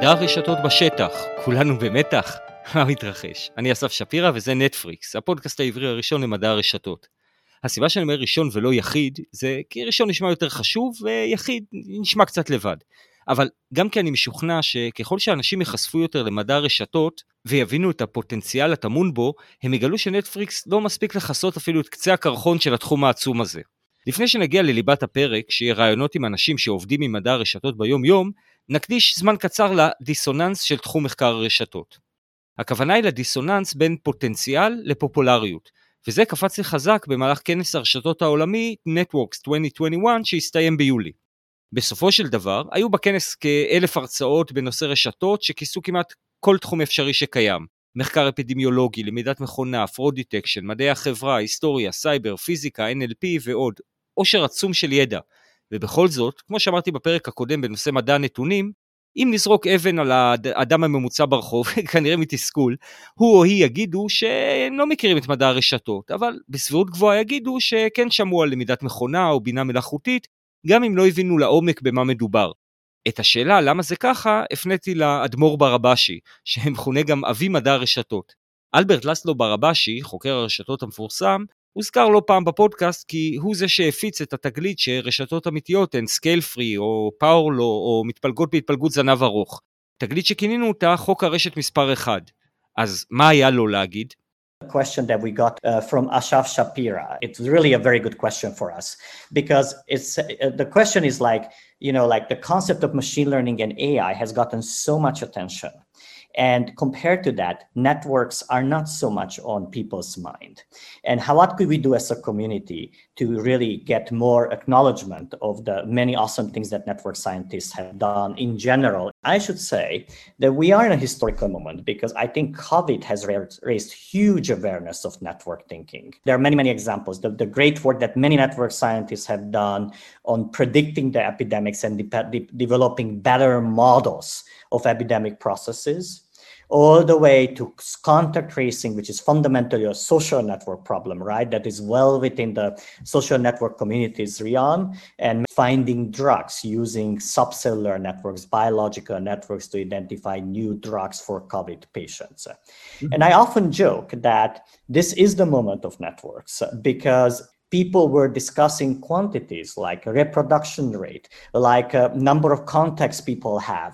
מדע הרשתות בשטח, כולנו במתח, מה מתרחש? אני אסף שפירא וזה נטפריקס, הפודקאסט העברי הראשון למדע הרשתות. הסיבה שאני אומר ראשון ולא יחיד, זה כי ראשון נשמע יותר חשוב ויחיד נשמע קצת לבד. אבל גם כי אני משוכנע שככל שאנשים יחשפו יותר למדע הרשתות ויבינו את הפוטנציאל הטמון בו, הם יגלו שנטפריקס לא מספיק לחסות אפילו את קצה הקרחון של התחום העצום הזה. לפני שנגיע לליבת הפרק, שיהיה רעיונות עם אנשים שעובדים עם מדע הרשתות ביום יום, נקדיש זמן קצר לדיסוננס של תחום מחקר הרשתות. הכוונה היא לדיסוננס בין פוטנציאל לפופולריות, וזה קפץ לי חזק במהלך כנס הרשתות העולמי Networks 2021 שהסתיים ביולי. בסופו של דבר, היו בכנס כ1,000 הרצאות בנושא רשתות שכיסו כמעט כל תחום אפשרי שקיים. מחקר אפידמיולוגי, למידת מכונה, fraud detection, מדעי החברה, היסטוריה, סייבר, פיזיקה, NLP ועוד. עושר עצום של ידע. ובכל זאת, כמו שאמרתי בפרק הקודם בנושא מדע הנתונים, אם נזרוק אבן על האדם הממוצע ברחוב, כנראה מתסכול, הוא או היא יגידו שלא מכירים את מדע הרשתות, אבל בסבירות גבוהה יגידו שכן שמעו על למידת מכונה או בינה מלאכותית, גם אם לא הבינו לעומק במה מדובר. את השאלה למה זה ככה, הפניתי לאדמו"ר ברבשי, שמכונה גם אבי מדע הרשתות. אלברט לסלו ברבשי, חוקר הרשתות המפורסם, הוזכר לא פעם בפודקאסט כי הוא זה שהפיץ את התגלית שרשתות אמיתיות הן סקייל פרי או פאורלו או מתפלגות בהתפלגות זנב ארוך. תגלית שכינינו אותה חוק הרשת מספר 1. אז מה היה לו להגיד? The question that we got from Asaf Shapira. It's really a very good question for us because it's the question is like, like the concept of machine learning and AI has gotten so much attention. And compared to that, networks are not so much on people's mind. And what could we do as a community to really get more acknowledgement of the many awesome things that network scientists have done in general? I should say that we are in a historical moment because I think COVID has raised huge awareness of network thinking. There are many, many examples. The great work that many network scientists have done on predicting the epidemics and developing better models of epidemic processes, all the way to contact tracing, which is fundamentally a social network problem, right? That is well within the social network community's realm, and finding drugs using subcellular networks, biological networks to identify new drugs for COVID patients. Mm-hmm. And I often joke that this is the moment of networks because people were discussing quantities like reproduction rate, like number of contacts people have,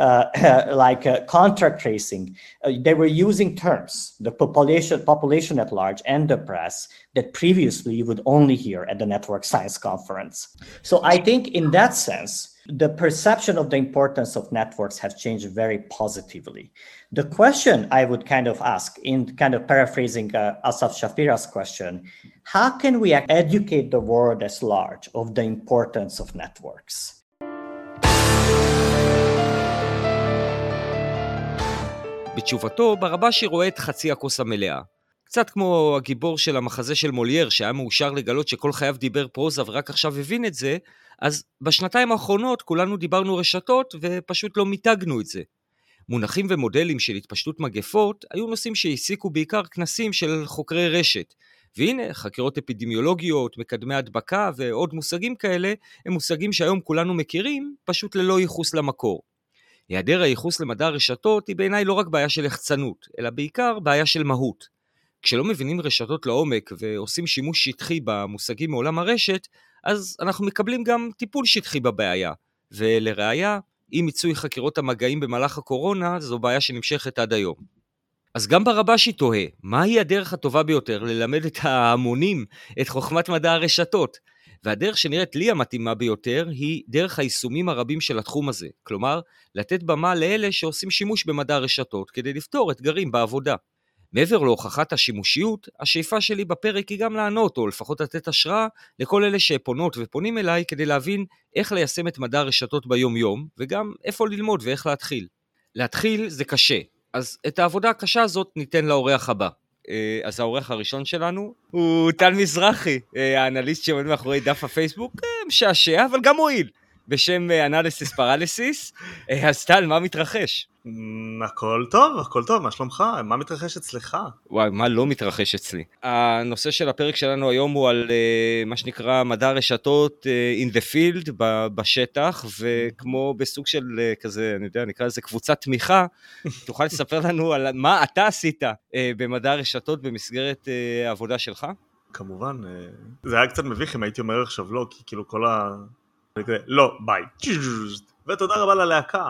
like contact tracing. They were using terms, the population at large and the press, that previously you would only hear at the Network Science Conference. So I think in that sense, the perception of the importance of networks has changed very positively. The question I would kind of ask, in kind of paraphrasing Asaf Shapira's question, how can we educate the world as large of the importance of networks? בתשובתו, ברבשי רואה את חצי הכוס המלאה. קצת כמו הגיבור של המחזה של מולייר, שהיה מאושר לגלות שכל חייו דיבר פרוזה ורק עכשיו הבין את זה, אז בשנתיים האחרונות כולנו דיברנו רשתות ופשוט לא מיתגנו את זה. מונחים ומודלים של התפשטות מגפות היו נושאים שהעסיקו בעיקר כנסים של חוקרי רשת. והנה, חקירות אפידמיולוגיות, מקדמי הדבקה ועוד מושגים כאלה, הם מושגים שהיום כולנו מכירים, פשוט ללא ייחוס למקור. היעדר הייחוס למדע הרשתות היא בעיניי לא רק בעיה של לחצנות, אלא בעיקר בעיה של מהות. כשלא מבינים רשתות לעומק ועושים שימוש שטחי במושגים מעולם הרשת, אז אנחנו מקבלים גם טיפול שטחי בבעיה. ולראיה, אי מיצוי חקירות המגעים במהלך הקורונה, זו בעיה שנמשכת עד היום. אז גם ברבשי תוהה, מהי הדרך הטובה ביותר ללמד את ההמונים את חוכמת מדע הרשתות? והדרך שנראית לי המתאימה ביותר היא דרך היישומים הרבים של התחום הזה. כלומר, לתת במה לאלה שעושים שימוש במדע הרשתות כדי לפתור אתגרים בעבודה. מעבר להוכחת השימושיות, השאיפה שלי בפרק היא גם לענות, או לפחות לתת השראה לכל אלה שפונות ופונים אליי כדי להבין איך ליישם את מדע הרשתות ביום יום, וגם איפה ללמוד ואיך להתחיל. להתחיל זה קשה, אז את העבודה הקשה הזאת ניתן לאורח הבא. אז האורח הראשון שלנו הוא טל מזרחי, האנליסט שעומד מאחורי דף הפייסבוק, משעשע, אבל גם מועיל. בשם Analysis Paralysis. אז טל, מה מתרחש? הכל טוב, מה שלומך? מה מתרחש אצלך? וואי, מה לא מתרחש אצלי? הנושא של הפרק שלנו היום הוא על מה שנקרא מדע רשתות in the field, בשטח, וכמו בסוג של כזה, אני יודע, נקרא לזה קבוצת תמיכה, תוכל לספר לנו על מה אתה עשית במדע הרשתות במסגרת העבודה שלך? כמובן, זה היה קצת מביך אם הייתי אומר עכשיו לא, כי כאילו כל לא, ביי. ותודה רבה ללהקה.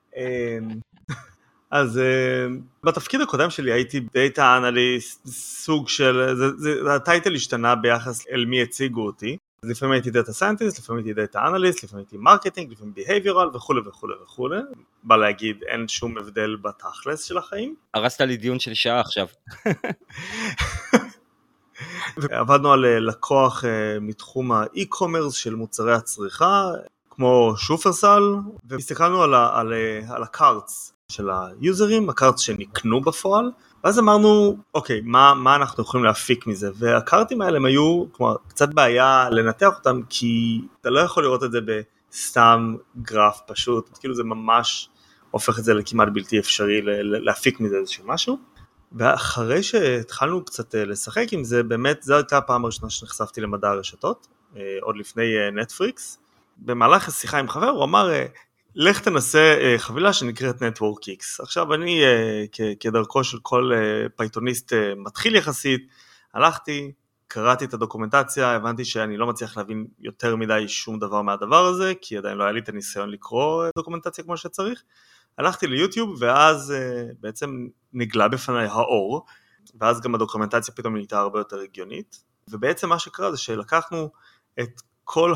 אז בתפקיד הקודם שלי הייתי דאטה אנליסט, סוג של, הטייטל השתנה ביחס אל מי הציגו אותי. אז לפעמים הייתי דאטה סיינטיסט, לפעמים הייתי דאטה אנליסט, לפעמים הייתי מרקטינג, לפעמים בהייביורל וכו' וכו' וכו'. בא להגיד, אין שום הבדל בתכלס של החיים. הרסת לי דיון של שעה עכשיו. עבדנו על לקוח מתחום האי-קומרס של מוצרי הצריכה, כמו שופרסל, והסתכלנו על הקארטס של היוזרים, הקארטס שנקנו בפועל, ואז אמרנו, אוקיי, מה אנחנו יכולים להפיק מזה? והקארטים האלה הם היו, כלומר, קצת בעיה לנתח אותם, כי אתה לא יכול לראות את זה בסתם גרף פשוט, כאילו זה ממש הופך את זה לכמעט בלתי אפשרי להפיק מזה איזשהו משהו. ואחרי שהתחלנו קצת לשחק עם זה, באמת זו הייתה הפעם הראשונה שנחשפתי למדע הרשתות, עוד לפני נטפריקס. במהלך השיחה עם חבר הוא אמר, לך תנסה חבילה שנקראת NetworkX. עכשיו אני כדרכו של כל פייתוניסט מתחיל יחסית, הלכתי, קראתי את הדוקומנטציה, הבנתי שאני לא מצליח להבין יותר מדי שום דבר מהדבר הזה, כי עדיין לא היה לי את הניסיון לקרוא דוקומנטציה כמו שצריך. הלכתי ליוטיוב ואז בעצם נגלה בפני האור, ואז גם הדוקומנטציה פתאום נהייתה הרבה יותר הגיונית, ובעצם מה שקרה זה שלקחנו את כל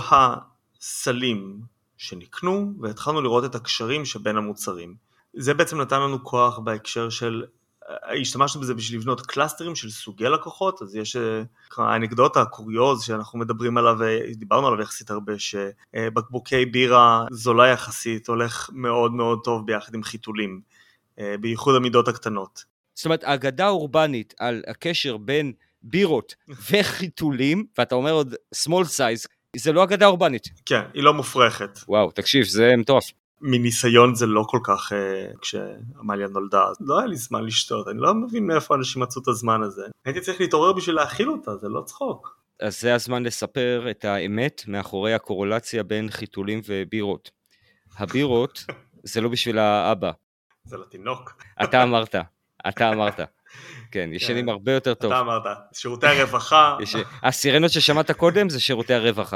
הסלים שנקנו, והתחלנו לראות את הקשרים שבין המוצרים. זה בעצם נתן לנו כוח בהקשר של, השתמשנו בזה בשביל לבנות קלאסטרים של סוגי לקוחות, אז יש האנקדוטה, הקוריוז שאנחנו מדברים עליו, דיברנו עליו יחסית הרבה, שבקבוקי בירה זולה יחסית, הולך מאוד מאוד טוב ביחד עם חיתולים, בייחוד המידות הקטנות. זאת אומרת, האגדה האורבנית על הקשר בין בירות וחיתולים, ואתה אומר עוד small size, זה לא אגדה אורבנית. כן, היא לא מופרכת. וואו, תקשיב, זה מטורף. מניסיון זה לא כל כך, כשאמליה נולדה, לא היה לי זמן לשתות, אני לא מבין מאיפה אנשים מצאו את הזמן הזה. הייתי צריך להתעורר בשביל להכיל אותה, זה לא צחוק. אז זה הזמן לספר את האמת מאחורי הקורולציה בין חיתולים ובירות. הבירות זה לא בשביל האבא. זה לתינוק. אתה אמרת. כן, ישנים הרבה יותר טוב. אתה אמרת, שירותי הרווחה. הסירנות ששמעת קודם זה שירותי הרווחה.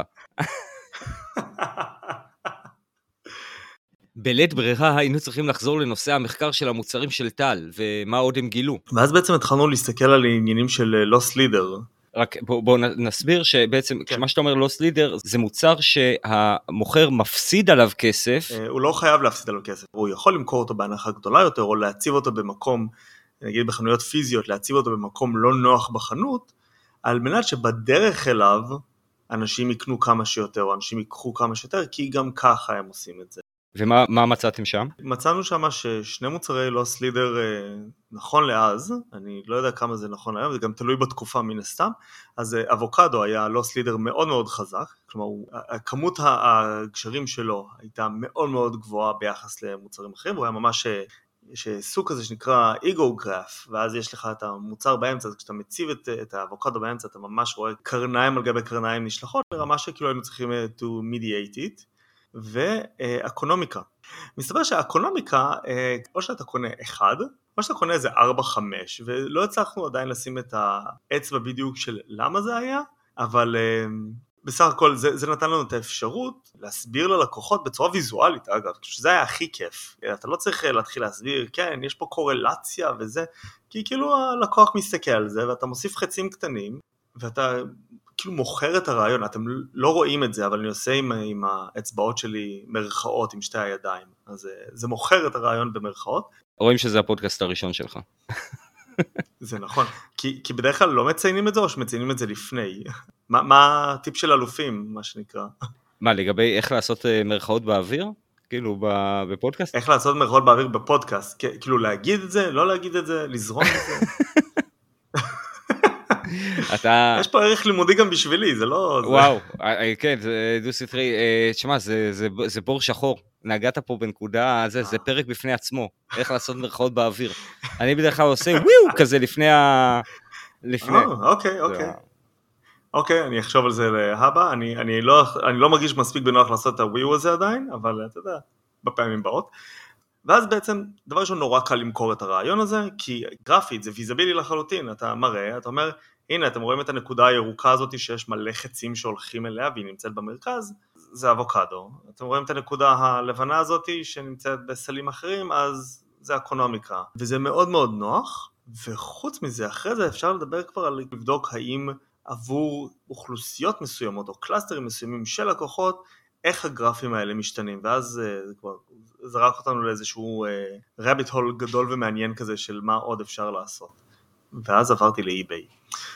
בלית ברירה היינו צריכים לחזור לנושא המחקר של המוצרים של טל, ומה עוד הם גילו. ואז בעצם התחלנו להסתכל על עניינים של loss leader. רק בואו נסביר שבעצם, כשמה שאתה אומר loss leader, זה מוצר שהמוכר מפסיד עליו כסף. הוא לא חייב להפסיד עליו כסף, הוא יכול למכור אותו בהנחה גדולה יותר, או להציב אותו במקום, נגיד בחנויות פיזיות, להציב אותו במקום לא נוח בחנות, על מנת שבדרך אליו אנשים יקנו כמה שיותר, או אנשים יקחו כמה שיותר, כי גם ככה הם עושים את זה. ומה מצאתם שם? מצאנו שם ששני מוצרי loss leader נכון לאז, אני לא יודע כמה זה נכון היום, זה גם תלוי בתקופה מן הסתם, אז אבוקדו היה loss leader מאוד מאוד חזק, כלומר כמות הגשרים שלו הייתה מאוד מאוד גבוהה ביחס למוצרים אחרים, הוא היה ממש סוג כזה שנקרא ego graph, ואז יש לך את המוצר באמצע, אז כשאתה מציב את האבוקדו באמצע, אתה ממש רואה קרניים על גבי קרניים נשלחות, ברמה שכאילו היינו צריכים to mediate it, ואקונומיקה. מסתבר שהאקונומיקה, או שאתה קונה אחד, או שאתה קונה איזה 4-5, ולא הצלחנו עדיין לשים את האצבע בדיוק של למה זה היה, אבל בסך הכל זה נתן לנו את האפשרות להסביר ללקוחות בצורה ויזואלית, אגב, שזה היה הכי כיף. אתה לא צריך להתחיל להסביר, כן, יש פה קורלציה וזה, כי כאילו הלקוח מסתכל על זה, ואתה מוסיף חצים קטנים, ואתה כאילו מוכר את הרעיון, אתם לא רואים את זה, אבל אני עושה עם האצבעות שלי מרכאות עם שתי הידיים, אז זה מוכר את הרעיון במרכאות. רואים שזה הפודקאסט הראשון שלך. זה נכון, כי בדרך כלל לא מציינים את זה, או שמציינים את זה לפני. מה הטיפ של אלופים, מה שנקרא? מה, לגבי איך לעשות מרכאות באוויר? כאילו בפודקאסט? איך לעשות מרכאות באוויר בפודקאסט, כאילו להגיד את זה, לא להגיד את זה, לזרום את זה. יש פה ערך לימודי גם בשבילי, זה לא... וואו, כן, זה דו-סטרי, תשמע, זה בור שחור, נגעת פה בנקודה, זה פרק בפני עצמו, איך לעשות מרכאות באוויר. אני בדרך כלל עושה וויו כזה לפני אוקיי, אני אחשוב על זה להבא, אני לא מרגיש מספיק בנוח לעשות את הוויו הזה עדיין, אבל אתה יודע, בפעמים באות. ואז בעצם, דבר ראשון נורא קל למכור את הרעיון הזה, כי גרפית זה ויזבילי לחלוטין, אתה מראה, אתה אומר, הנה אתם רואים את הנקודה הירוקה הזאת שיש מלא חצים שהולכים אליה והיא נמצאת במרכז, זה אבוקדו. אתם רואים את הנקודה הלבנה הזאת שנמצאת בסלים אחרים, אז זה אקונומיקה. וזה מאוד מאוד נוח, וחוץ מזה, אחרי זה אפשר לדבר כבר על לבדוק האם עבור אוכלוסיות מסוימות או קלאסטרים מסוימים של לקוחות, איך הגרפים האלה משתנים, ואז זה כבר זרק אותנו לאיזשהו רביט הול גדול ומעניין כזה של מה עוד אפשר לעשות. ואז עברתי לאי-ביי.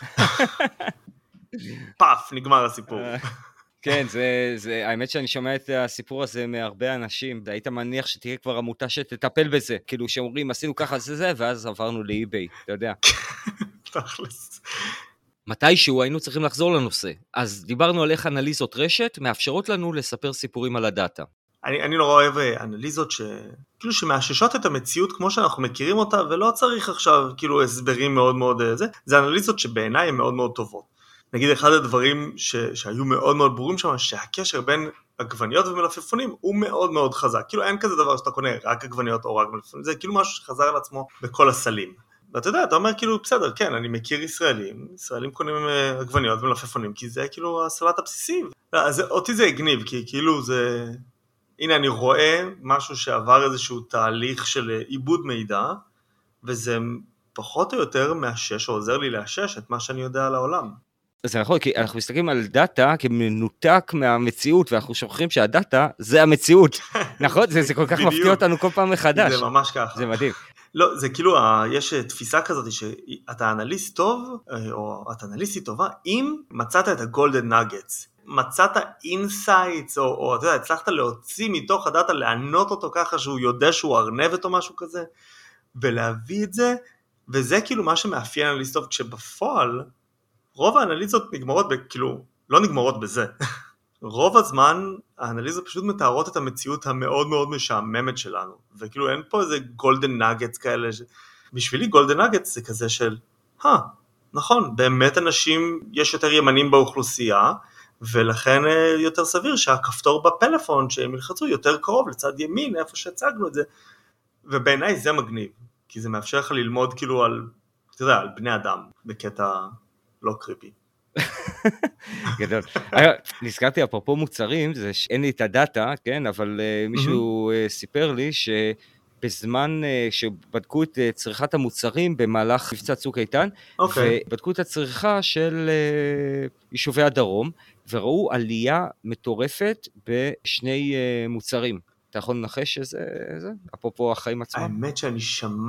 פאף, נגמר הסיפור. כן, האמת שאני שומע את הסיפור הזה מהרבה אנשים, והיית מניח שתהיה כבר עמותה שתטפל בזה, כאילו שאומרים עשינו ככה זה, ואז עברנו לאי-ביי, אתה יודע. תכלס. מתישהו היינו צריכים לחזור לנושא, אז דיברנו על איך אנליזות רשת מאפשרות לנו לספר סיפורים על הדאטה. אני נורא אוהב אנליזות כאילו שמאששות את המציאות כמו שאנחנו מכירים אותה, ולא צריך עכשיו כאילו הסברים מאוד מאוד זה אנליזות שבעיניי הן מאוד מאוד טובות. נגיד אחד הדברים שהיו מאוד מאוד ברורים שם, שהקשר בין עגבניות ומלפפונים הוא מאוד מאוד חזק, כאילו אין כזה דבר שאתה קונה רק עגבניות או רק מלפפונים, זה כאילו משהו שחזר על עצמו בכל הסלים. ואתה יודע, אתה אומר כאילו בסדר, כן, אני מכיר ישראלים קונים עגבניות ומלפפונים, כי זה כאילו הסלט הבסיסי. אותי זה הגניב, כי כאילו זה... הנה אני רואה משהו שעבר איזשהו תהליך של עיבוד מידע, וזה פחות או יותר מאשש, או עוזר לי לאשש את מה שאני יודע על העולם. זה נכון, כי אנחנו מסתכלים על דאטה כמנותק מהמציאות, ואנחנו שוכחים שהדאטה זה המציאות. נכון? זה כל כך מפתיע אותנו כל פעם מחדש. זה ממש ככה. זה מדהים. לא, זה כאילו, יש תפיסה כזאת שאתה אנליסט טוב, או אתה אנליסטית טובה, אם מצאת את הגולדן נאגטס, מצאת אינסייטס, או אתה יודע, הצלחת להוציא מתוך הדאטה, לענות אותו ככה שהוא יודע שהוא ארנבת או משהו כזה, ולהביא את זה, וזה כאילו מה שמאפיין אנליסט טוב, כשבפועל, רוב האנליזות נגמרות, כאילו, לא נגמרות בזה. רוב הזמן, האנליזות פשוט מתארות את המציאות המאוד מאוד משעממת שלנו, וכאילו אין פה איזה גולדן נאגטס כאלה, בשבילי גולדן נאגטס זה כזה של, נכון, באמת אנשים, יש יותר ימנים באוכלוסייה, ולכן יותר סביר שהכפתור בפלאפון שהם ילחצו יותר קרוב לצד ימין, איפה שהצגנו את זה, ובעיניי זה מגניב, כי זה מאפשר לך ללמוד כאילו על, אתה יודע, על בני אדם, בקטע לא קריפי. גדול. נזכרתי אפרופו מוצרים, זה שאין לי את הדאטה, כן, אבל מישהו סיפר לי שבזמן שבדקו את צריכת המוצרים במהלך מבצע צוק איתן, ובדקו את הצריכה של יישובי הדרום, וראו עלייה מטורפת בשני מוצרים. אתה יכול לנחש שזה, אפרופו החיים עצמם? האמת שאני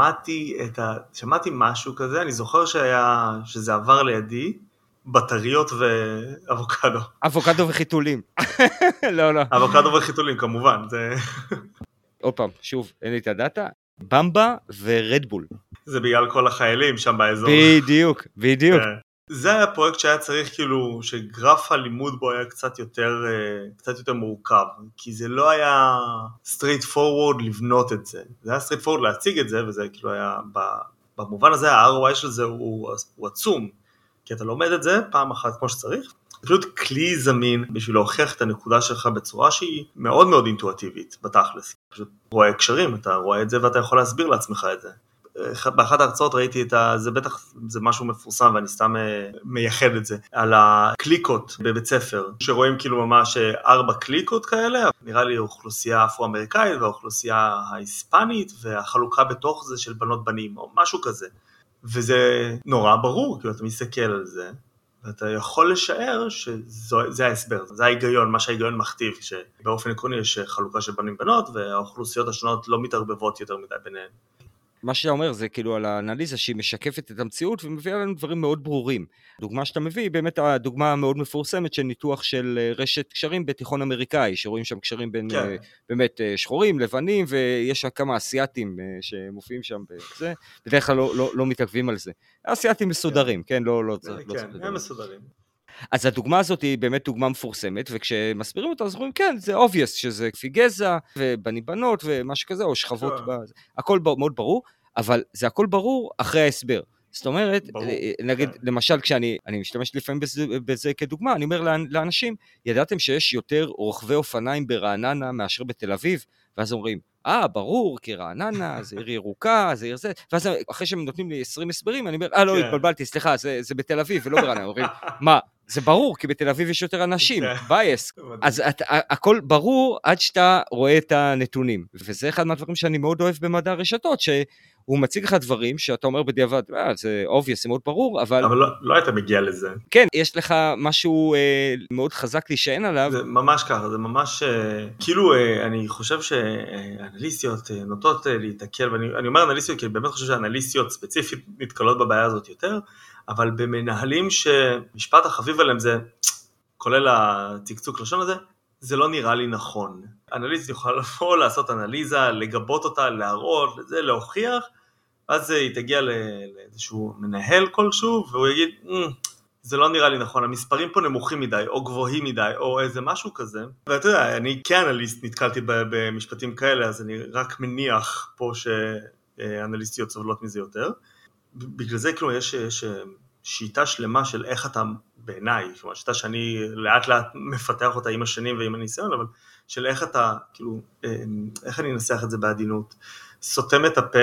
שמעתי משהו כזה, אני זוכר שזה עבר לידי, בטריות ואבוקדו. אבוקדו וחיתולים. לא. אבוקדו וחיתולים, כמובן. עוד פעם, שוב, אין לי את הדאטה. במבה ורדבול. זה בגלל כל החיילים שם באזור. בדיוק. זה היה פרויקט שהיה צריך כאילו, שגרף הלימוד בו היה קצת יותר מורכב, כי זה לא היה straight forward לבנות את זה. זה היה straight forward להציג את זה, וזה כאילו היה, במובן הזה ה-ROI של זה הוא עצום. כי אתה לומד את זה פעם אחת כמו שצריך, זה פשוט כלי זמין בשביל להוכיח את הנקודה שלך בצורה שהיא מאוד מאוד אינטואיטיבית בתכלס. פשוט רואה הקשרים, אתה רואה את זה ואתה יכול להסביר לעצמך את זה. באחת ההרצאות ראיתי זה בטח זה משהו מפורסם ואני סתם מייחד את זה, על הקליקות בבית ספר, שרואים כאילו ממש 4 קליקות כאלה, נראה לי אוכלוסייה אפרו-אמריקאית והאוכלוסייה ההיספנית, והחלוקה בתוך זה של בנות בנים או משהו כזה. וזה נורא ברור, כאילו אתה מסתכל על זה, ואתה יכול לשער שזה ההסבר, זה ההיגיון, מה שההיגיון מכתיב, שבאופן עקרוני יש חלוקה של בנים בנות, והאוכלוסיות השונות לא מתערבבות יותר מדי ביניהן. מה שאתה אומר זה כאילו על האנליזה שהיא משקפת את המציאות ומביאה לנו דברים מאוד ברורים. הדוגמה שאתה מביא היא באמת הדוגמה המאוד מפורסמת של ניתוח של רשת קשרים בתיכון אמריקאי, שרואים שם קשרים בין באמת שחורים, לבנים, ויש כמה אסיאטים שמופיעים שם בזה, בדרך כלל לא מתעכבים על זה. אסיאטים מסודרים, כן? לא צריך לדבר. כן, הם מסודרים. אז הדוגמה הזאת היא באמת דוגמה מפורסמת, וכשמסבירים אותה, אז רואים, כן, זה obvious, שזה כפי גזע, ובנים בנות, ומשהו כזה, או שכבות, הכל מאוד ברור, אבל זה הכל ברור אחרי ההסבר. זאת אומרת, נגיד, למשל, כשאני משתמש לפעמים בזה כדוגמה, אני אומר לאנשים, ידעתם שיש יותר רוכבי אופניים ברעננה מאשר בתל אביב? ואז אומרים, ברור, כי רעננה, זה עיר ירוקה, זה עיר זה, ואז אחרי שהם נותנים לי 20 הסברים, אני אומר, לא, התבלבלתי, סליחה, זה בתל אביב ולא ברעננה. אומרים, מה? זה ברור, כי בתל אביב יש יותר אנשים, בייס. אז הכל ברור עד שאתה רואה את הנתונים. וזה אחד מהדברים שאני מאוד אוהב במדע הרשתות, שהוא מציג לך דברים שאתה אומר בדיעבד, זה obvious, זה מאוד ברור, אבל לא היית מגיע לזה. כן, יש לך משהו מאוד חזק להישען עליו. זה ממש ככה, זה ממש, כאילו אני חושב שאנליסטיות נוטות להתעכל, ואני אומר אנליסטיות כי אני באמת חושב שאנליסטיות ספציפית נתקלות בבעיה הזאת יותר, אבל במנהלים שמשפט החביב עליהם זה, כולל הצקצוק לשון הזה, זה לא נראה לי נכון. אנליסט יוכל לבוא, לעשות אנליזה, לגבות אותה, להראות, להוכיח, אז היא תגיע לאיזשהו מנהל כלשהו, והוא יגיד, זה לא נראה לי נכון, המספרים פה נמוכים מדי, או גבוהים מדי, או איזה משהו כזה. ואתה יודע, אני כאנליסט נתקלתי במשפטים כאלה, אז אני רק מניח פה שאנליסטיות סובלות מזה יותר. בגלל זה כאילו יש שיטה שלמה של איך אתה בעיניי, כלומר שיטה שאני לאט לאט מפתח אותה עם השנים ועם הניסיון, אבל של איך אתה, כאילו, איך אני אנסח את זה בעדינות, סותם את הפה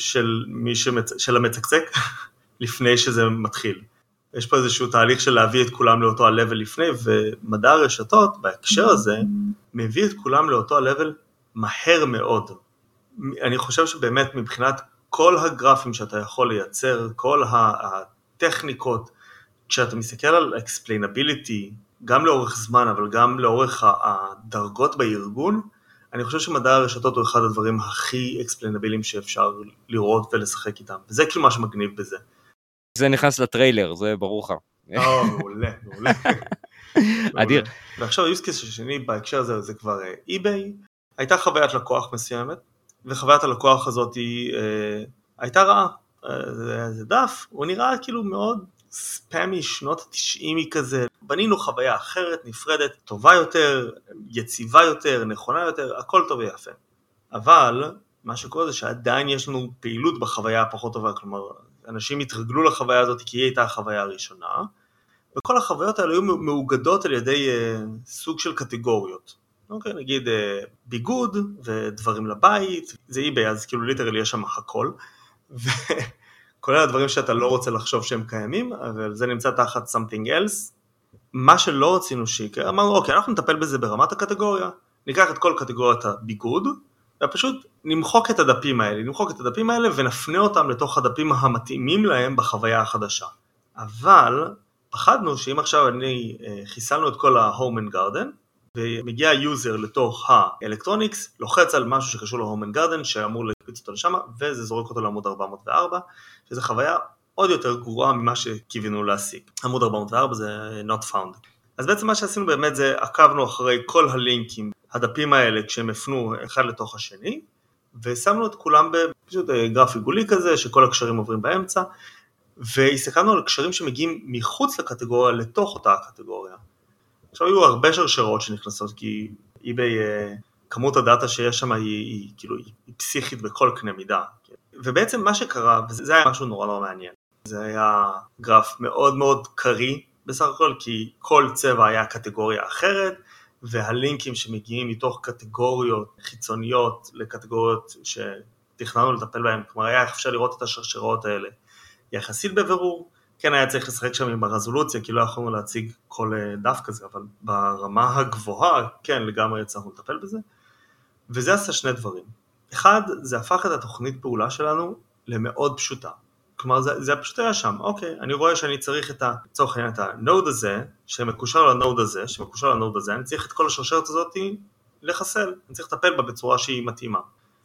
של המצקצק לפני שזה מתחיל. יש פה איזשהו תהליך של להביא את כולם לאותו ה-level לפני, ומדע הרשתות בהקשר הזה מביא את כולם לאותו ה-level מהר מאוד. אני חושב שבאמת מבחינת כל הגרפים שאתה יכול לייצר, כל הטכניקות, כשאתה מסתכל על explainability, גם לאורך זמן, אבל גם לאורך הדרגות בארגון, אני חושב שמדע הרשתות הוא אחד הדברים הכי explainability שאפשר לראות ולשחק איתם. וזה כאילו מה שמגניב בזה. זה נכנס לטריילר, זה ברור לך. מעולה, מעולה. אדיר. ועכשיו היוסקייס השני בהקשר הזה, זה כבר eBay, הייתה חוויית לקוח מסוימת, וחוויית הלקוח הזאת הייתה רעה. זה דף, הוא נראה כאילו מאוד ספאמי, שנות ה-90 כזה, בנינו חוויה אחרת, נפרדת, טובה יותר, יציבה יותר, נכונה יותר, הכל טוב ויפה. אבל מה שקורה זה שעדיין יש לנו פעילות בחוויה הפחות טובה, כלומר, אנשים התרגלו לחוויה הזאת כי היא הייתה החוויה הראשונה, וכל החוויות האלה היו מאוגדות על ידי סוג של קטגוריות. אוקיי, נגיד ביגוד ודברים לבית, זה eBay, אז כאילו ליטרלי יש שם הכל, וכולל הדברים שאתה לא רוצה לחשוב שהם קיימים, אבל זה נמצא תחת something else. מה שלא רצינו שיקרה, אמרנו, אוקיי, אנחנו נטפל בזה ברמת הקטגוריה, ניקח את כל קטגוריית הביגוד, ופשוט נמחוק את הדפים האלה, ונפנה אותם לתוך הדפים המתאימים להם בחוויה החדשה. אבל פחדנו שאם עכשיו חיסלנו את כל ה-Home and Garden, ומגיע היוזר לתוך האלקטרוניקס, לוחץ על משהו שקשור ל-Home and Garden, שאמור להקפיץ אותו לשם, וזה זורק אותו לעמוד 404, שזו חוויה עוד יותר גרועה ממה שכיוונו להשיג. עמוד 404 זה not found. אז בעצם מה שעשינו באמת זה, עקבנו אחרי כל הלינקים, הדפים האלה, כשהם הפנו אחד לתוך השני, ושמנו את כולם בפשוט גרף עיגולי כזה, שכל הקשרים עוברים באמצע, והסתכלנו על קשרים שמגיעים מחוץ לקטגוריה, לתוך אותה הקטגוריה. עכשיו היו הרבה שרשרות שנכנסות, כי eBay, כמות הדאטה שיש שם היא פסיכית בכל קנה מידה. ובעצם מה שקרה, וזה היה משהו נורא לא מעניין, זה היה גרף מאוד מאוד קרי בסך הכל, כי כל צבע היה קטגוריה אחרת, והלינקים שמגיעים מתוך קטגוריות חיצוניות לקטגוריות שתכננו לטפל בהם, כלומר היה אפשר לראות את השרשרות האלה יחסית בבירור, כן היה צריך לשחק שם עם הרזולוציה, כי לא יכולנו להציג כל דף כזה, אבל ברמה הגבוהה, כן, לגמרי הצלחנו לטפל בזה, וזה עשה שני דברים. אחד, זה הפך את התוכנית פעולה שלנו למאוד פשוטה. כלומר, זה פשוט היה שם. אוקיי, אני רואה שאני צריך לצורך העניין את הנוד הזה, שמקושר לנוד הזה, אני צריך את כל השרשרת הזאת לחסל, אני צריך לטפל בה בצורה שהיא מתאימה.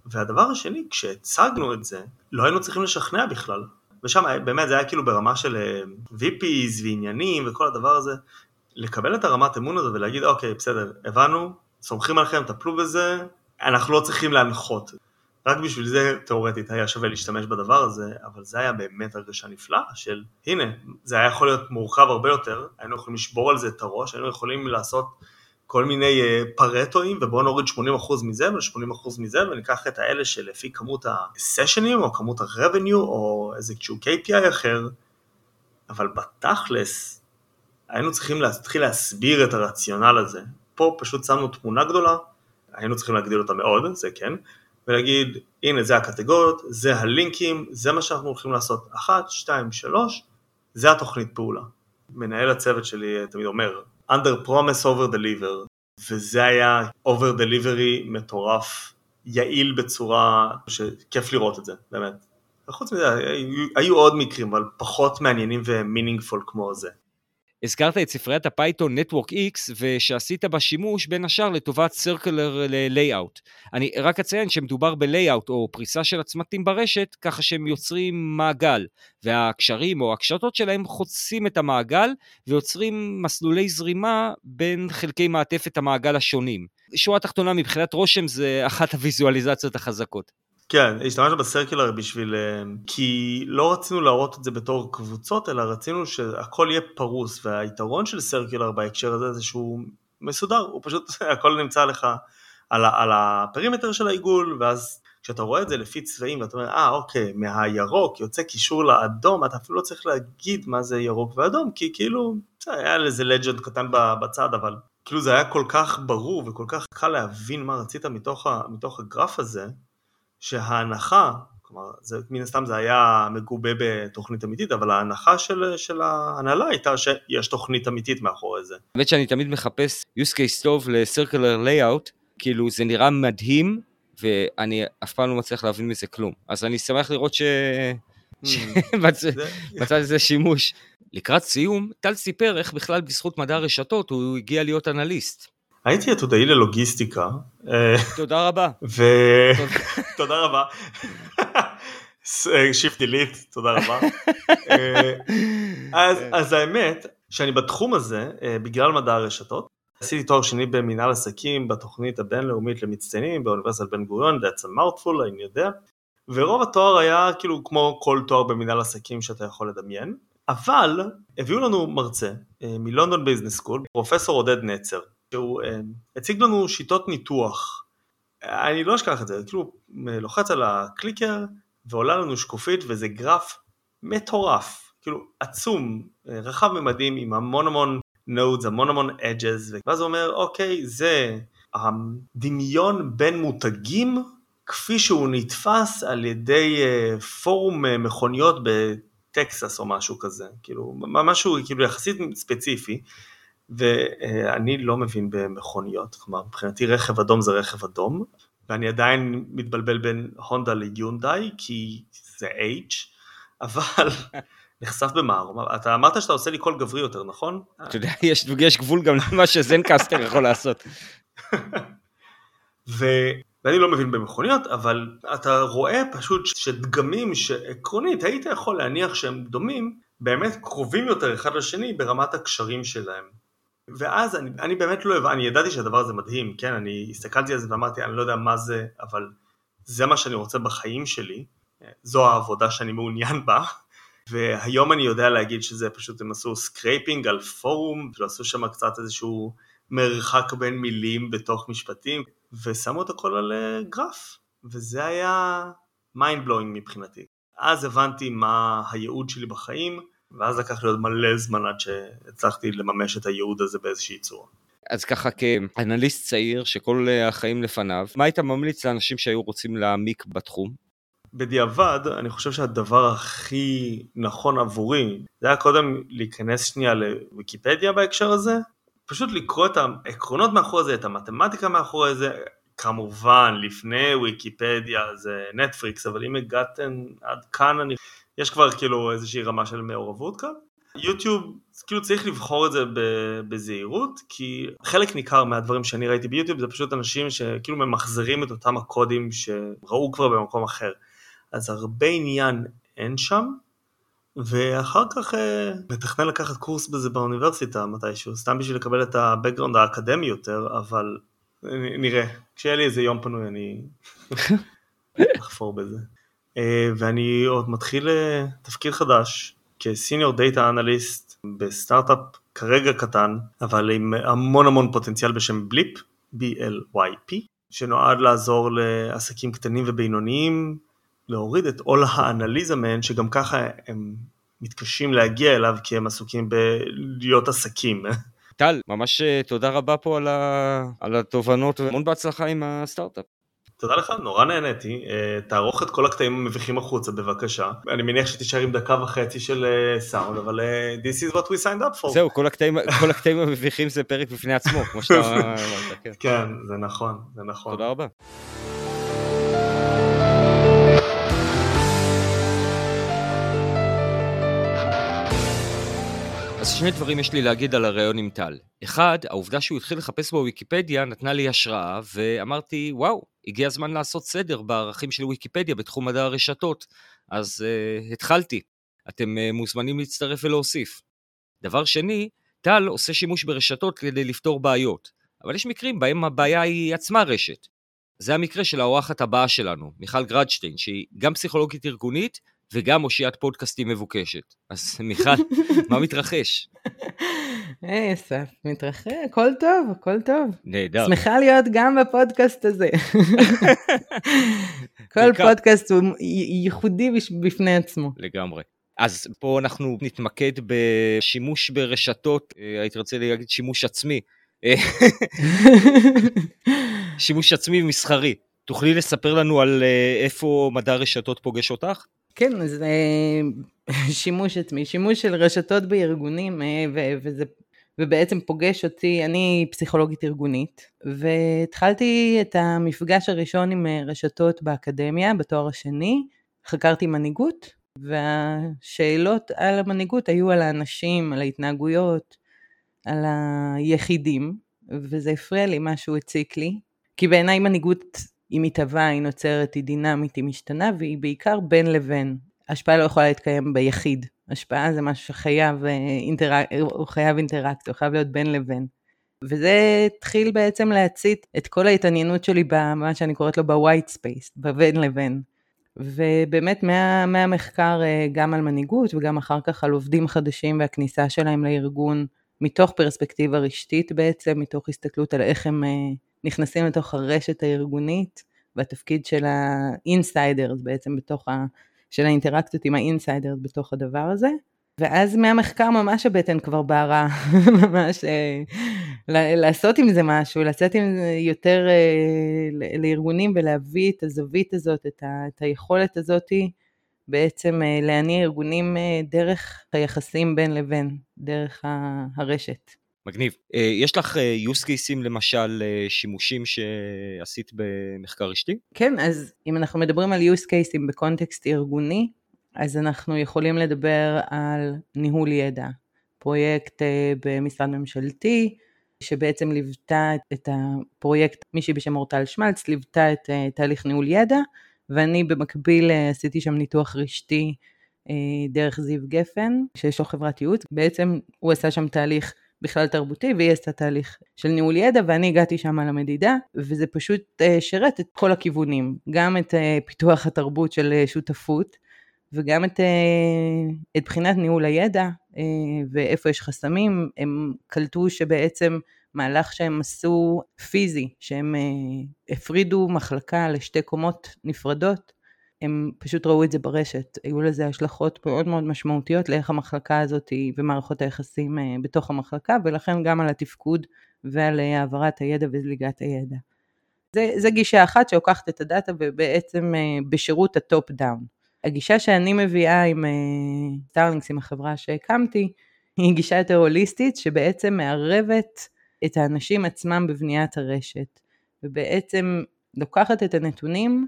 והדבר השני, כשהצגנו את זה, לא היינו צריכים לשכנע בכלל. ושם באמת זה היה כאילו ברמה של VPs ועניינים וכל הדבר הזה, לקבל את הרמת אמון הזה ולהגיד, אוקיי, בסדר, הבנו, סומכים עליכם, טפלו בזה, אנחנו לא צריכים להנחות. רק בשביל זה, תיאורטית, היה שווה להשתמש בדבר הזה, אבל זה היה באמת הרגשה נפלאה של, הנה, זה היה יכול להיות מורכב הרבה יותר, היינו יכולים לשבור על זה את הראש, היינו יכולים לעשות כל מיני פרטואים, ובואו נוריד 80% מזה ו-80% מזה, וניקח את האלה שלפי כמות הסשנים, או כמות ה-revenue, או איזשהו KPI אחר, אבל בתכלס, היינו צריכים להתחיל להסביר את הרציונל הזה. פה פשוט שמנו תמונה גדולה, היינו צריכים להגדיל אותה מאוד, זה כן, ולהגיד, הנה זה הקטגוריות, זה הלינקים, זה מה שאנחנו הולכים לעשות, 1, 2, 3, זה התוכנית פעולה. מנהל הצוות שלי תמיד אומר, under promise over deliver, וזה היה over delivery מטורף, יעיל בצורה שכיף לראות את זה, באמת. וחוץ מזה, היו עוד מקרים, אבל פחות מעניינים ומינינגפול כמו זה. הזכרת את ספריית הפייתון NetworkX, ושעשית בה שימוש בין השאר לטובת Circular Layout. אני רק אציין שמדובר ב-Layout או פריסה של הצמתים ברשת, ככה שהם יוצרים מעגל, והקשרים או הקשתות שלהם חוצים את המעגל, ויוצרים מסלולי זרימה בין חלקי מעטפת המעגל השונים. שורה תחתונה מבחינת רושם זה אחת הוויזואליזציות החזקות. כן, השתמשנו בסרקולר בשביל, כי לא רצינו להראות את זה בתור קבוצות, אלא רצינו שהכל יהיה פרוס, והיתרון של סרקולר בהקשר הזה זה שהוא מסודר, הוא פשוט, הכל נמצא לך על הפרימטר של העיגול, ואז כשאתה רואה את זה לפי צבעים, ואתה אומר, אוקיי, מהירוק יוצא קישור לאדום, אתה אפילו לא צריך להגיד מה זה ירוק ואדום, כי כאילו, היה לזה לג'נד קטן בצד, אבל כאילו זה היה כל כך ברור, וכל כך קל להבין מה רצית מתוך הגרף הזה, שההנחה, כלומר, מן הסתם זה היה מגובה בתוכנית אמיתית, אבל ההנחה של ההנהלה הייתה שיש תוכנית אמיתית מאחורי זה. באמת שאני תמיד מחפש use case טוב ל-Circular Layout, כאילו זה נראה מדהים, ואני אף פעם לא מצליח להבין מזה כלום. אז אני שמח לראות מצא לזה שימוש. לקראת סיום, טל סיפר איך בכלל בזכות מדע הרשתות הוא הגיע להיות אנליסט. הייתי עתודאי ללוגיסטיקה. תודה רבה. תודה רבה. שיפט דילית, תודה רבה. אז האמת, שאני בתחום הזה, בגלל מדע הרשתות, עשיתי תואר שני במנהל עסקים, בתוכנית הבינלאומית למצטיינים, באוניברסיטת בן גוריון, that's a mouthful, אני יודע, ורוב התואר היה כאילו כמו כל תואר במנהל עסקים שאתה יכול לדמיין, אבל הביאו לנו מרצה מלונדון ביזנס סקול, פרופסור עודד נצר, שהוא הציג לנו שיטות ניתוח, אני לא אשכח את זה, כאילו לוחץ על הקליקר, ועולה לנו שקופית, וזה גרף מטורף, כאילו עצום, רחב ממדים, עם המון nodes, המון edges, ואז הוא אומר, אוקיי, זה הדמיון בין מותגים, כפי שהוא נתפס על ידי פורום מכוניות בטקסס או משהו כזה, כאילו משהו כאילו יחסית ספציפי, ואני לא מבין במכוניות, כלומר, מבחינתי רכב אדום זה רכב אדום, ואני עדיין מתבלבל בין הונדה ליונדאי, כי זה H, אבל נחשף במער. אתה אמרת שאתה עושה לי קול גברי יותר, נכון? אתה יודע, יש גבול גם למה שזנקסטר יכול לעשות. ואני לא מבין במכוניות, אבל אתה רואה פשוט שדגמים שעקרונית היית יכול להניח שהם דומים, באמת קרובים יותר אחד לשני ברמת הקשרים שלהם. ואז אני באמת לא הבנתי, אני ידעתי שהדבר הזה מדהים, כן, אני הסתכלתי על זה ואמרתי, אני לא יודע מה זה, אבל זה מה שאני רוצה בחיים שלי, זו העבודה שאני מעוניין בה, והיום אני יודע להגיד שזה פשוט, הם עשו סקרייפינג על פורום, ועשו שם קצת איזשהו מרחק בין מילים בתוך משפטים, ושמו את הכל על גרף, וזה היה mind blowing מבחינתי. אז הבנתי מה הייעוד שלי בחיים, ואז לקח לי עוד מלא זמן עד שהצלחתי לממש את הייעוד הזה באיזושהי צורה. אז ככה כאנליסט צעיר שכל החיים לפניו, מה היית ממליץ לאנשים שהיו רוצים להעמיק בתחום? בדיעבד, אני חושב שהדבר הכי נכון עבורי, זה היה קודם להיכנס שנייה לוויקיפדיה בהקשר הזה, פשוט לקרוא את העקרונות מאחורי זה, את המתמטיקה מאחורי זה, כמובן לפני וויקיפדיה זה נטפליקס, אבל אם הגעתם עד כאן, יש כבר כאילו איזושהי רמה של מעורבות כאן, יוטיוב, כאילו צריך לבחור את זה בזהירות, כי חלק ניכר מהדברים שאני ראיתי ביוטיוב, זה פשוט אנשים שכאילו ממחזרים את אותם הקודים שראו כבר במקום אחר. אז הרבה עניין אין שם, ואחר כך מתכנן לקחת קורס בזה באוניברסיטה מתישהו, סתם בשביל לקבל את הבקגראונד האקדמי יותר, אבל נראה, כשיהיה לי איזה יום פנוי אני אחפור בזה. ואני עוד מתחיל תפקיד חדש, כסיניור דאטה אנליסט בסטארט-אפ כרגע קטן, אבל עם המון המון פוטנציאל בשם בליפ, BLYP, שנועד לעזור לעסקים קטנים ובינוניים, להוריד את עול האנליזה מהן, שגם ככה הם מתקשים להגיע אליו, כי הם עסוקים בלהיות עסקים. טל, ממש תודה רבה פה על התובנות, והמון בהצלחה עם הסטארט-אפ. תודה לך, נורא נהניתי. תערוך את כל הקטעים המביכים החוצה, בבקשה. אני מניח שתישאר עם 1.5 דקות של סאונד, אבל this is what we signed up for. זהו, כל הקטעים המביכים זה פרק בפני עצמו, כמו שאתה אמרת. כן, זה נכון, זה נכון. תודה רבה. אז שני דברים יש לי להגיד על הרעיון עם טל. אחד, העובדה שהוא התחיל לחפש בוויקיפדיה נתנה לי השראה, ואמרתי, וואו, הגיע הזמן לעשות סדר בערכים של וויקיפדיה בתחום מדע הרשתות. אז התחלתי. אתם מוזמנים להצטרף ולהוסיף. דבר שני, טל עושה שימוש ברשתות כדי לפתור בעיות. אבל יש מקרים בהם הבעיה היא עצמה רשת. זה המקרה של האורחת הבאה שלנו, מיכל גרדשטיין, שהיא גם פסיכולוגית ארגונית, וגם הושיעת פודקאסטים מבוקשת. אז מיכל, מה מתרחש? היי, אסף, מתרחש, הכל טוב, הכל טוב. נהדר. שמחה להיות גם בפודקאסט הזה. כל פודקאסט הוא ייחודי בפני עצמו. לגמרי. אז פה אנחנו נתמקד בשימוש ברשתות, הייתי רוצה להגיד שימוש עצמי. שימוש עצמי מסחרי. תוכלי לספר לנו על איפה מדע רשתות פוגש אותך? כן, זה שימוש עצמי, שימוש של רשתות בארגונים, ובעצם פוגש אותי, אני פסיכולוגית ארגונית, והתחלתי את המפגש הראשון עם רשתות באקדמיה, בתואר השני, חקרתי מנהיגות, והשאלות על המנהיגות היו על האנשים, על ההתנהגויות, על היחידים, וזה הפריע לי, משהו הציק לי, כי בעיניי מנהיגות היא מתהווה, היא נוצרת, היא דינמית, היא משתנה, והיא בעיקר בין לבין. השפעה לא יכולה להתקיים ביחיד. השפעה זה משהו שחייב הוא חייב אינטראקציה, הוא חייב להיות בין לבין. וזה התחיל בעצם להצית את כל ההתעניינות שלי במה שאני קוראת לו בווייט ספייס, בבין לבין. ובאמת מהמחקר גם על מנהיגות וגם אחר כך על עובדים חדשים והכניסה שלהם לארגון, מתוך פרספקטיבה רשתית בעצם, מתוך הסתכלות על איך הם נכנסים לתוך הרשת הארגונית, והתפקיד של האינסיידרס בעצם של האינטראקציות עם האינסיידרס בתוך הדבר הזה, ואז מהמחקר ממש הבטן כבר בערה, ממש לעשות עם זה משהו, לצאת עם זה יותר לארגונים, ולהביא את הזווית הזאת, את היכולת הזאת, בעצם להניע ארגונים דרך היחסים בין לבין, דרך הרשת. מגניב. יש לך use cases למשל שימושים שעשית במחקר רשתי? כן, אז אם אנחנו מדברים על use cases בקונטקסט ארגוני, אז אנחנו יכולים לדבר על ניהול ידע. פרויקט במשרד ממשלתי, שבעצם ליוותה את הפרויקט, מישהי בשם אורטל שמלץ, ליוותה את תהליך ניהול ידע, ואני במקביל עשיתי שם ניתוח רשתי דרך זיו גפן, שיש לו חברת ייעוץ. בעצם הוא עשה שם תהליך בכלל תרבותי, והיא עשתה תהליך של ניהול ידע, ואני הגעתי שם על המדידה, וזה פשוט שרת את כל הכיוונים, גם את פיתוח התרבות של שותפות, וגם את בחינת ניהול הידע, ואיפה יש חסמים. הם קלטו שבעצם מהלך שהם עשו פיזי, שהם הפרידו מחלקה לשתי קומות נפרדות, הם פשוט ראו את זה ברשת, היו לזה השלכות מאוד מאוד משמעותיות לאיך המחלקה הזאת ומערכות היחסים בתוך המחלקה, ולכן גם על התפקוד ועל העברת הידע וזליגת הידע. זה גישה אחת שלוקחת את הדאטה ובעצם בשירות הטופ דאון. הגישה שאני מביאה עם סטארלינקס, עם החברה שהקמתי, היא גישה יותר הוליסטית, שבעצם מערבת את האנשים עצמם בבניית הרשת, ובעצם לוקחת את הנתונים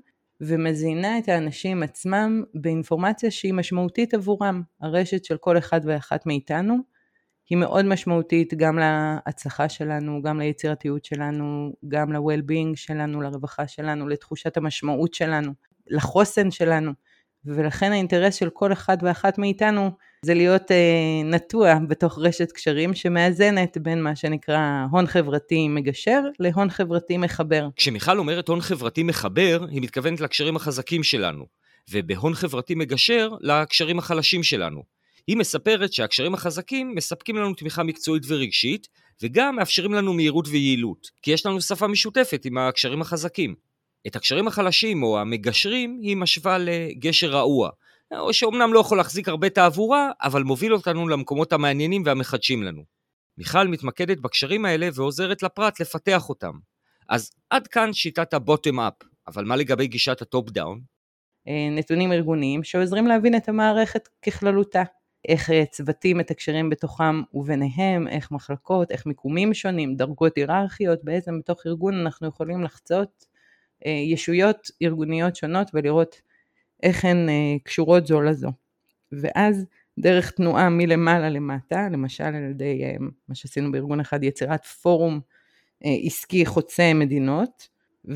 ומזינה את האנשים עצמם באינפורמציה שהיא משמעותית עבורם. הרשת של כל אחד ואחת מאיתנו היא מאוד משמעותית גם להצלחה שלנו, גם ליצירתיות שלנו, גם ל-well-being שלנו, לרווחה שלנו, לתחושת המשמעות שלנו, לחוסן שלנו, ולכן האינטרס של כל אחד ואחת מאיתנו זה להיות נטוע בתוך רשת קשרים שמאזנת בין מה שנקרא הון חברתי מגשר להון חברתי מחבר. כשמיכל אומרת הון חברתי מחבר, היא מתכוונת לקשרים החזקים שלנו, ובהון חברתי מגשר לקשרים החלשים שלנו. היא מספרת שהקשרים החזקים מספקים לנו תמיכה מקצועית ורגשית, וגם מאפשרים לנו מהירות ויעילות, כי יש לנו שפה משותפת עם הקשרים החזקים. את הקשרים החלשים או המגשרים היא משווה לגשר רעוע, או שאומנם לא יכול להחזיק הרבה תעבורה, אבל מוביל אותנו למקומות המעניינים והמחדשים לנו. מיכל מתמקדת בקשרים האלה ועוזרת לפרט לפתח אותם. אז עד כאן שיטת הבוטם אפ, אבל מה לגבי גישת הטופ דאון? נתונים ארגוניים שעוזרים להבין את המערכת ככללותה. איך צוותים מתקשרים בתוכם וביניהם, איך מחלקות, איך מיקומים שונים, דרגות היררכיות, בעצם בתוך ארגון אנחנו יכולים לחצות ישויות ארגוניות שונות ולראות איך הן קשורות זו לזו. ואז דרך תנועה מלמעלה למטה, למשל על ידי מה שעשינו בארגון אחד, יצירת פורום עסקי חוצה מדינות,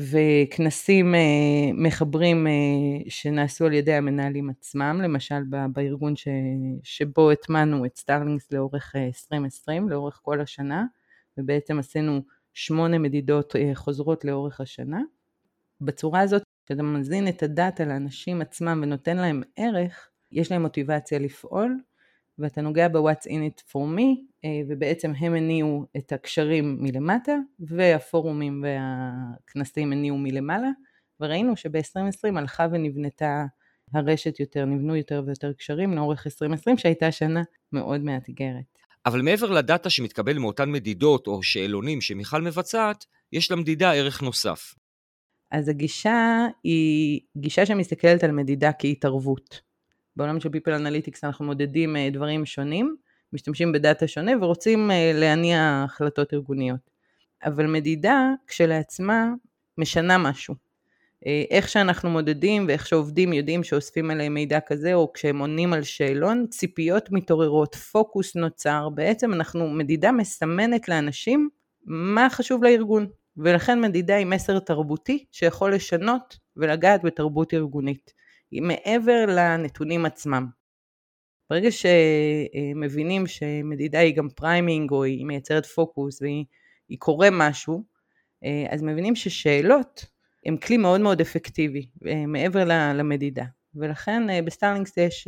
וכנסים מחברים שנעשו על ידי המנהלים עצמם, למשל בארגון שבו התמנו את סטארלינקס לאורך 2020, לאורך כל השנה, ובעצם עשינו 8 מדידות חוזרות לאורך השנה. בצורה הזאת, כשאתה מזין את הדאטה לאנשים עצמם ונותן להם ערך, יש להם מוטיבציה לפעול, ואתה נוגע ב-What's in it for me, ובעצם הם הניעו את הקשרים מלמטה, והפורומים והכנסים הניעו מלמעלה, וראינו שב-2020 הלכה ונבנתה הרשת יותר, נבנו יותר ויותר קשרים לאורך 2020, שהייתה שנה מאוד מאתגרת. אבל מעבר לדאטה שמתקבל מאותן מדידות או שאלונים שמיכל מבצעת, יש למדידה ערך נוסף. אז הגישה היא גישה שמסתכלת על מדידה כהתערבות. בעולם של People Analytics אנחנו מודדים דברים שונים, משתמשים בדאטה שונה ורוצים להניע החלטות ארגוניות. אבל מדידה כשלעצמה משנה משהו. איך שאנחנו מודדים ואיך שעובדים יודעים שאוספים עליהם מידע כזה, או כשהם עונים על שאלון, ציפיות מתעוררות, פוקוס נוצר, בעצם מדידה מסמנת לאנשים מה חשוב לארגון. ולכן מדידה היא מסר תרבותי שיכול לשנות ולגעת בתרבות ארגונית. היא מעבר לנתונים עצמם. ברגע שמבינים שמדידה היא גם פריימינג או היא מייצרת פוקוס והיא קורא משהו, אז מבינים ששאלות הם כלי מאוד מאוד אפקטיבי מעבר למדידה. ולכן בסטארלינקס יש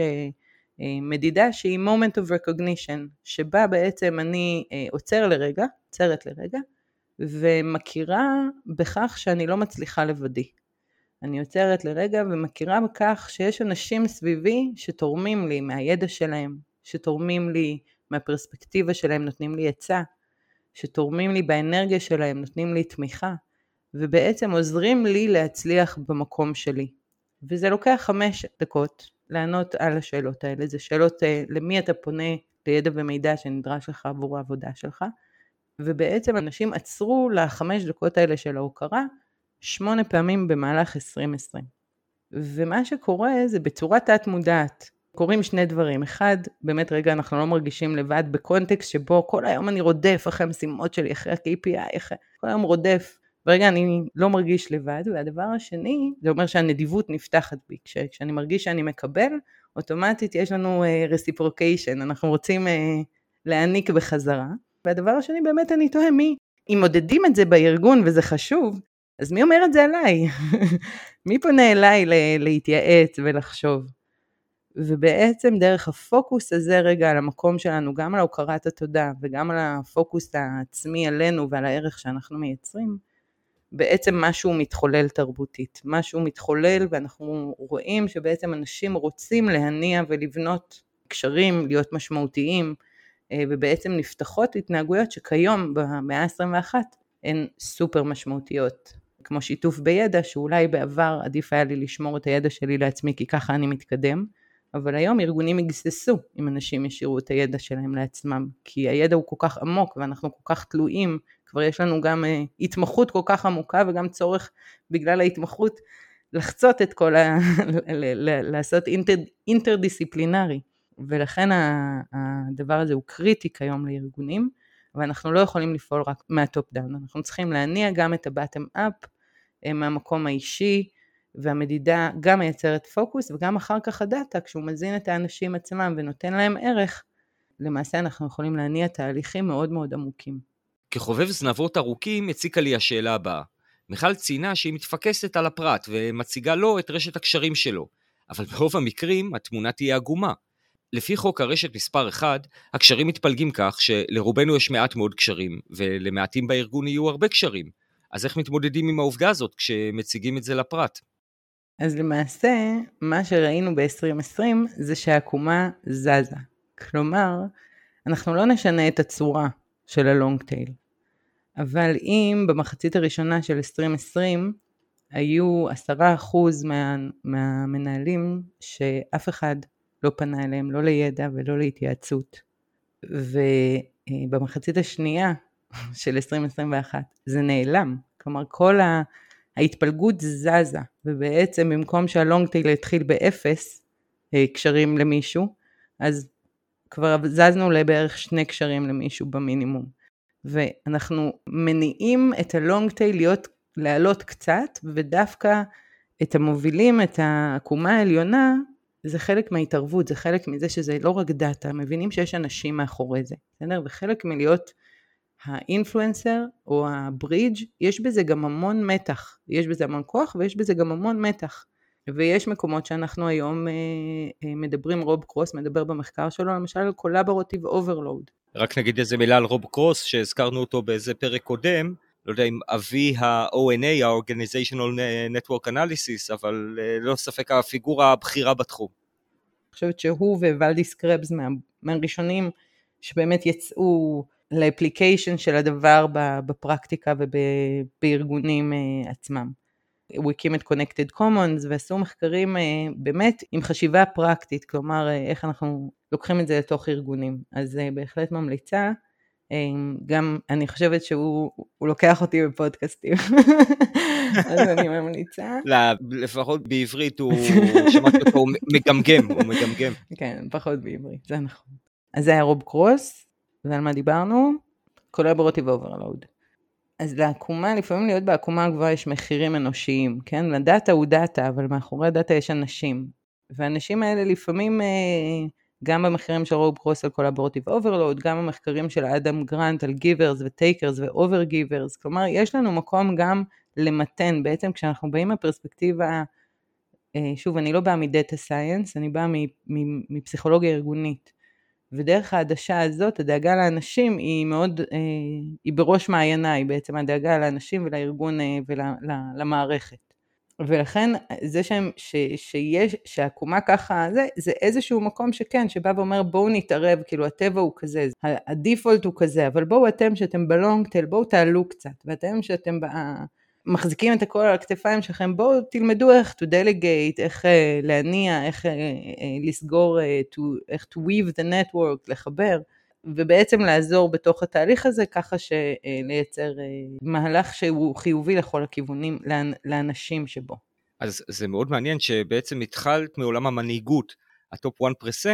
מדידה שהיא moment of recognition, שבה בעצם אני עוצרת לרגע, ומכירה בכך שאני לא מצליחה לבדי. אני עוצרת לרגע ומכירה בכך שיש אנשים סביבי שתורמים לי מהידע שלהם, שתורמים לי מהפרספקטיבה שלהם, נותנים לי עצה, שתורמים לי באנרגיה שלהם, נותנים לי תמיכה, ובעצם עוזרים לי להצליח במקום שלי. וזה לוקח 5 דקות לענות על השאלות האלה. זה שאלות למי אתה פונה לידע ומידע שנדרש לך עבור העבודה שלך, ובעצם אנשים עצרו ל5 דקות האלה של ההוקרה 8 פעמים במהלך 2020. ומה שקורה זה בצורה תת מודעת. קורים 2 דברים. אחד, באמת רגע אנחנו לא מרגישים לבד בקונטקסט שבו כל היום אני רודף אחרי המשימות שלי, אחרי ה-KPI, כל היום רודף. ברגע אני לא מרגיש לבד. והדבר השני, זה אומר שהנדיבות נפתחת בי. כשאני מרגיש שאני מקבל, אוטומטית יש לנו reciprocation. אנחנו רוצים להעניק בחזרה. והדבר השני באמת אני תוהה אם מודדים את זה בארגון וזה חשוב, אז מי אומר את זה עליי? מי פונה אליי להתייעץ ולחשוב? ובעצם דרך הפוקוס הזה רגע על המקום שלנו, גם על הוקרת התודה וגם על הפוקוס העצמי עלינו ועל הערך שאנחנו מייצרים, בעצם משהו מתחולל תרבותית, משהו מתחולל ואנחנו רואים שבעצם אנשים רוצים להניע ולבנות קשרים, להיות משמעותיים, ובעצם נפתחות התנהגויות שכיום במאה ה-21 הן סופר משמעותיות, כמו שיתוף בידע שאולי בעבר עדיף היה לי לשמור את הידע שלי לעצמי כי ככה אני מתקדם, אבל היום ארגונים יגססו אם אנשים ישאירו את הידע שלהם לעצמם, כי הידע הוא כל כך עמוק ואנחנו כל כך תלויים, כבר יש לנו גם התמחות כל כך עמוקה וגם צורך בגלל ההתמחות לחצות את כל לעשות אינטרדיסציפלינרי, ולכן הדבר הזה הוא קריטי כיום לארגונים, אבל אנחנו לא יכולים לפעול רק מהטופ דאון, אנחנו צריכים להניע גם את הבטם אפ, מהמקום האישי, והמדידה גם מייצרת פוקוס, וגם אחר כך הדאטה, כשהוא מזין את האנשים עצמם ונותן להם ערך, למעשה אנחנו יכולים להניע תהליכים מאוד מאוד עמוקים. כחובב זנבות ארוכים הציקה לי השאלה הבאה. מיכל ציינה שהיא מתפקסת על הפרט ומציגה לו את רשת הקשרים שלו, אבל ברוב המקרים התמונה תהיה עגומה. לפי חוק הרשת מספר 1, הקשרים מתפלגים כך שלרובנו יש מעט מאוד קשרים, ולמעטים בארגון יהיו הרבה קשרים. אז איך מתמודדים עם העובדה הזאת כשמציגים את זה לפרט? אז למעשה, מה שראינו ב-2020 זה שהעקומה זזה. כלומר, אנחנו לא נשנה את הצורה של הלונג טייל. אבל אם במחצית הראשונה של 2020 היו 10% מהמנהלים שאף אחד לא פנה אליהם, לא לידע ולא להתייעצות, ובמחצית השנייה של 2021 זה נעלם, כלומר כל ההתפלגות זזה, ובעצם במקום שהלונג טייל התחיל באפס קשרים למישהו, אז כבר זזנו לבערך 2 קשרים למישהו במינימום, ואנחנו מניעים את הלונג טייל לעלות קצת, ודווקא את המובילים, את העקומה העליונה, זה חלק מההתערבות, זה חלק מזה שזה לא רק דאטה, מבינים שיש אנשים מאחורי זה, בסדר? וחלק מלהיות האינפלואנסר או הברידג' יש בזה גם המון מתח, יש בזה המון כוח ויש בזה גם המון מתח, ויש מקומות שאנחנו היום מדברים, רוב קרוס מדבר במחקר שלו, למשל על קולאבורטיב אוברלואוד. רק נגיד איזה מילה על רוב קרוס, שהזכרנו אותו באיזה פרק קודם, לא יודע אם אבי ה-ONA, ה-Organizational Network Analysis, אבל לא ספק הפיגורה הבכירה בתחום. אני חושבת שהוא וולדיס קרבס מהראשונים שבאמת יצאו לאפליקיישן של הדבר בפרקטיקה ובארגונים עצמם. הוא הקים את Connected Commons ועשו מחקרים באמת עם חשיבה פרקטית, כלומר איך אנחנו לוקחים את זה לתוך ארגונים. אז בהחלט ממליצה, גם אני חושבת שהוא לוקח אותי בפודקאסטים, אז אני ממליצה. לפחות בעברית הוא שמעתי אותו, הוא מגמגם. כן, פחות בעברית, זה נכון. אז זה היה רוב קרוס, ועל מה דיברנו? Collaborative Overload. אז לעקומה, לפעמים להיות בעקומה הגבוהה יש מחירים אנושיים, כן? לדאטה הוא דאטה, אבל מאחורי הדאטה יש אנשים. והאנשים האלה לפעמים, גם במחקרים של רוב קרוס על Collaborative Overload, גם במחקרים של אדם גרנט על Givers ו-Takers ו-Over Givers, כלומר יש לנו מקום גם למתן, בעצם כשאנחנו באים מהפרספקטיבה, שוב, אני לא באה מדאטה סייאנס, אני באה מפסיכולוגיה ארגונית, ודרך העדשה הזאת, הדאגה לאנשים היא מאוד, היא בראש מעייניי, בעצם הדאגה לאנשים ולארגון ולמערכת. ולכן זה שהעקומה ככה, זה איזשהו מקום שכן, שבא ואומר בואו נתערב, כאילו הטבע הוא כזה, הדיפולט הוא כזה, אבל בואו אתם שאתם בלונג טייל, בואו תעלו קצת, ואתם שאתם מחזיקים את הכל על הכתפיים שלכם, בואו תלמדו איך to delegate, איך להניע, איך לסגור, איך to weave the network, לחבר, ובעצם לעזור בתוך התהליך הזה, ככה שלייצר מהלך שהוא חיובי לכל הכיוונים, לאנשים שבו. אז זה מאוד מעניין שבעצם התחלת מעולם המנהיגות, הטופ 1%,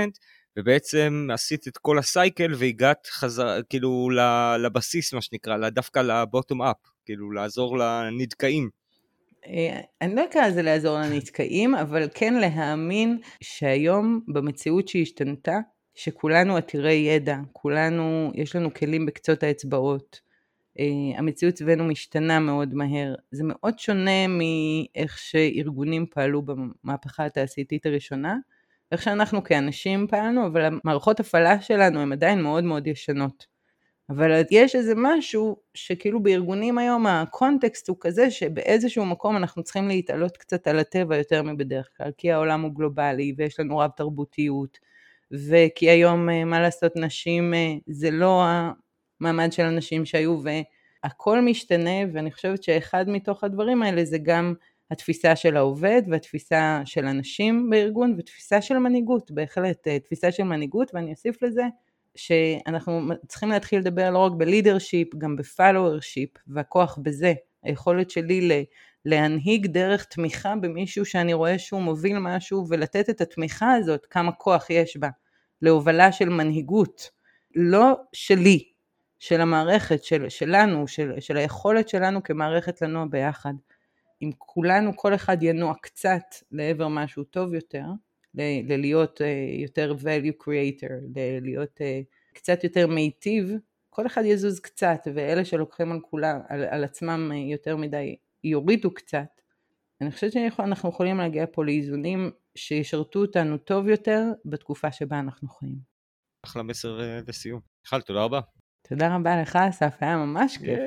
ובעצם עשית את כל הסייקל והגעת כאילו לבסיס, מה שנקרא, דווקא לבוטום אפ, כאילו לעזור לנדקאים. אני לא אקרא לזה לעזור לנדקאים, אבל כן להאמין שהיום במציאות שהשתנתה, שכולנו עתירי ידע, כולנו, יש לנו כלים בקצות האצבעות, המציאות סביבנו משתנה מאוד מהר, זה מאוד שונה מאיך שארגונים פעלו במהפכה התעשייתית הראשונה, איך שאנחנו כאנשים פעלנו, אבל המערכות הפעלה שלנו הן עדיין מאוד מאוד ישנות. אבל יש איזה משהו שכאילו בארגונים היום הקונטקסט הוא כזה שבאיזשהו מקום אנחנו צריכים להתעלות קצת על הטבע יותר מבדרך כלל, כי העולם הוא גלובלי ויש לנו רב תרבותיות, וכי היום מה לעשות נשים זה לא המעמד של הנשים שהיו, והכל משתנה, ואני חושבת שאחד מתוך הדברים האלה זה גם התפיסה של העובד והתפיסה של אנשים בארגון ותפיסה של מנהיגות, בהחלט תפיסה של מנהיגות, ואני אוסיף לזה שאנחנו צריכים להתחיל לדבר לא רק בלידרשיפ, גם בפלוורשיפ, והכוח בזה, היכולת שלי להנהיג דרך תמיכה במישהו שאני רואה שהוא מוביל משהו, ולתת את התמיכה הזאת, כמה כוח יש בה, להובלה של מנהיגות, לא שלי, של המערכת, שלנו, של היכולת שלנו כמערכת לנוע ביחד. אם כולנו, כל אחד ינוע קצת לעבר משהו טוב יותר, להיות יותר value creator, להיות קצת יותר מיטיב, כל אחד יזוז קצת, ואלה שלוקחים על עצמם יותר מדי יורידו קצת. אני חושבת שאנחנו יכולים להגיע פה לאיזונים שישרתו אותנו טוב יותר בתקופה שבה אנחנו חיים. אחלה מסר לסיום. מיכל, תודה רבה. תודה רבה לך, אסף, היה ממש כיף.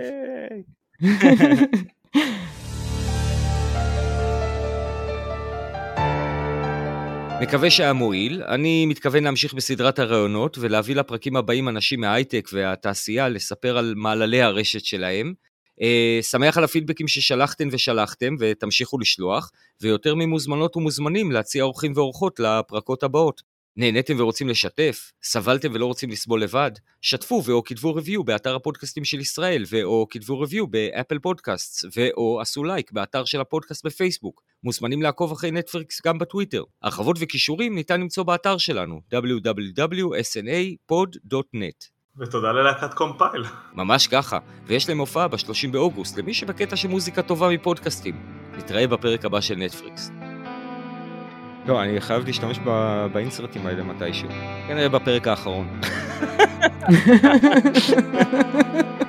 מקווה שהיה מועיל. אני מתכוון להמשיך בסדרת הרעיונות ולהביא לפרקים הבאים אנשים מההייטק והתעשייה לספר על מעללי הרשת שלהם. שמח על הפידבקים ששלחתם ושלחתם ותמשיכו לשלוח, ויותר ממוזמנות ומוזמנים להציע אורחים ואורחות לפרקות הבאות. נהניתם ורוצים לשתף? סבלתם ולא רוצים לסבול לבד? שתפו ואו כתבו ריוויו באתר הפודקאסטים של ישראל, ואו כתבו ריוויו באפל פודקאסט, ואו עשו לייק באתר של הפודקאסט בפייסבוק. מוזמנים לעקוב אחרי נטפליקס גם בטוויטר. הרחבות וקישורים ניתן למצוא באתר שלנו, www.snapod.net. ותודה ללהקת קומפייל. ממש ככה, ויש להם הופעה ב-30 באוגוסט למי שבקטע של מוזיקה טובה מפודקאסטים. נתראה בפרק הבא של נטפליקס. לא, אני חייב להשתמש באינסרטים האלה מתישהו. כנראה בפרק האחרון.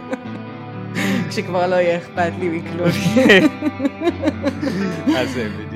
כשכבר לא יהיה אכפת לי מכלום. אז זה בדיוק.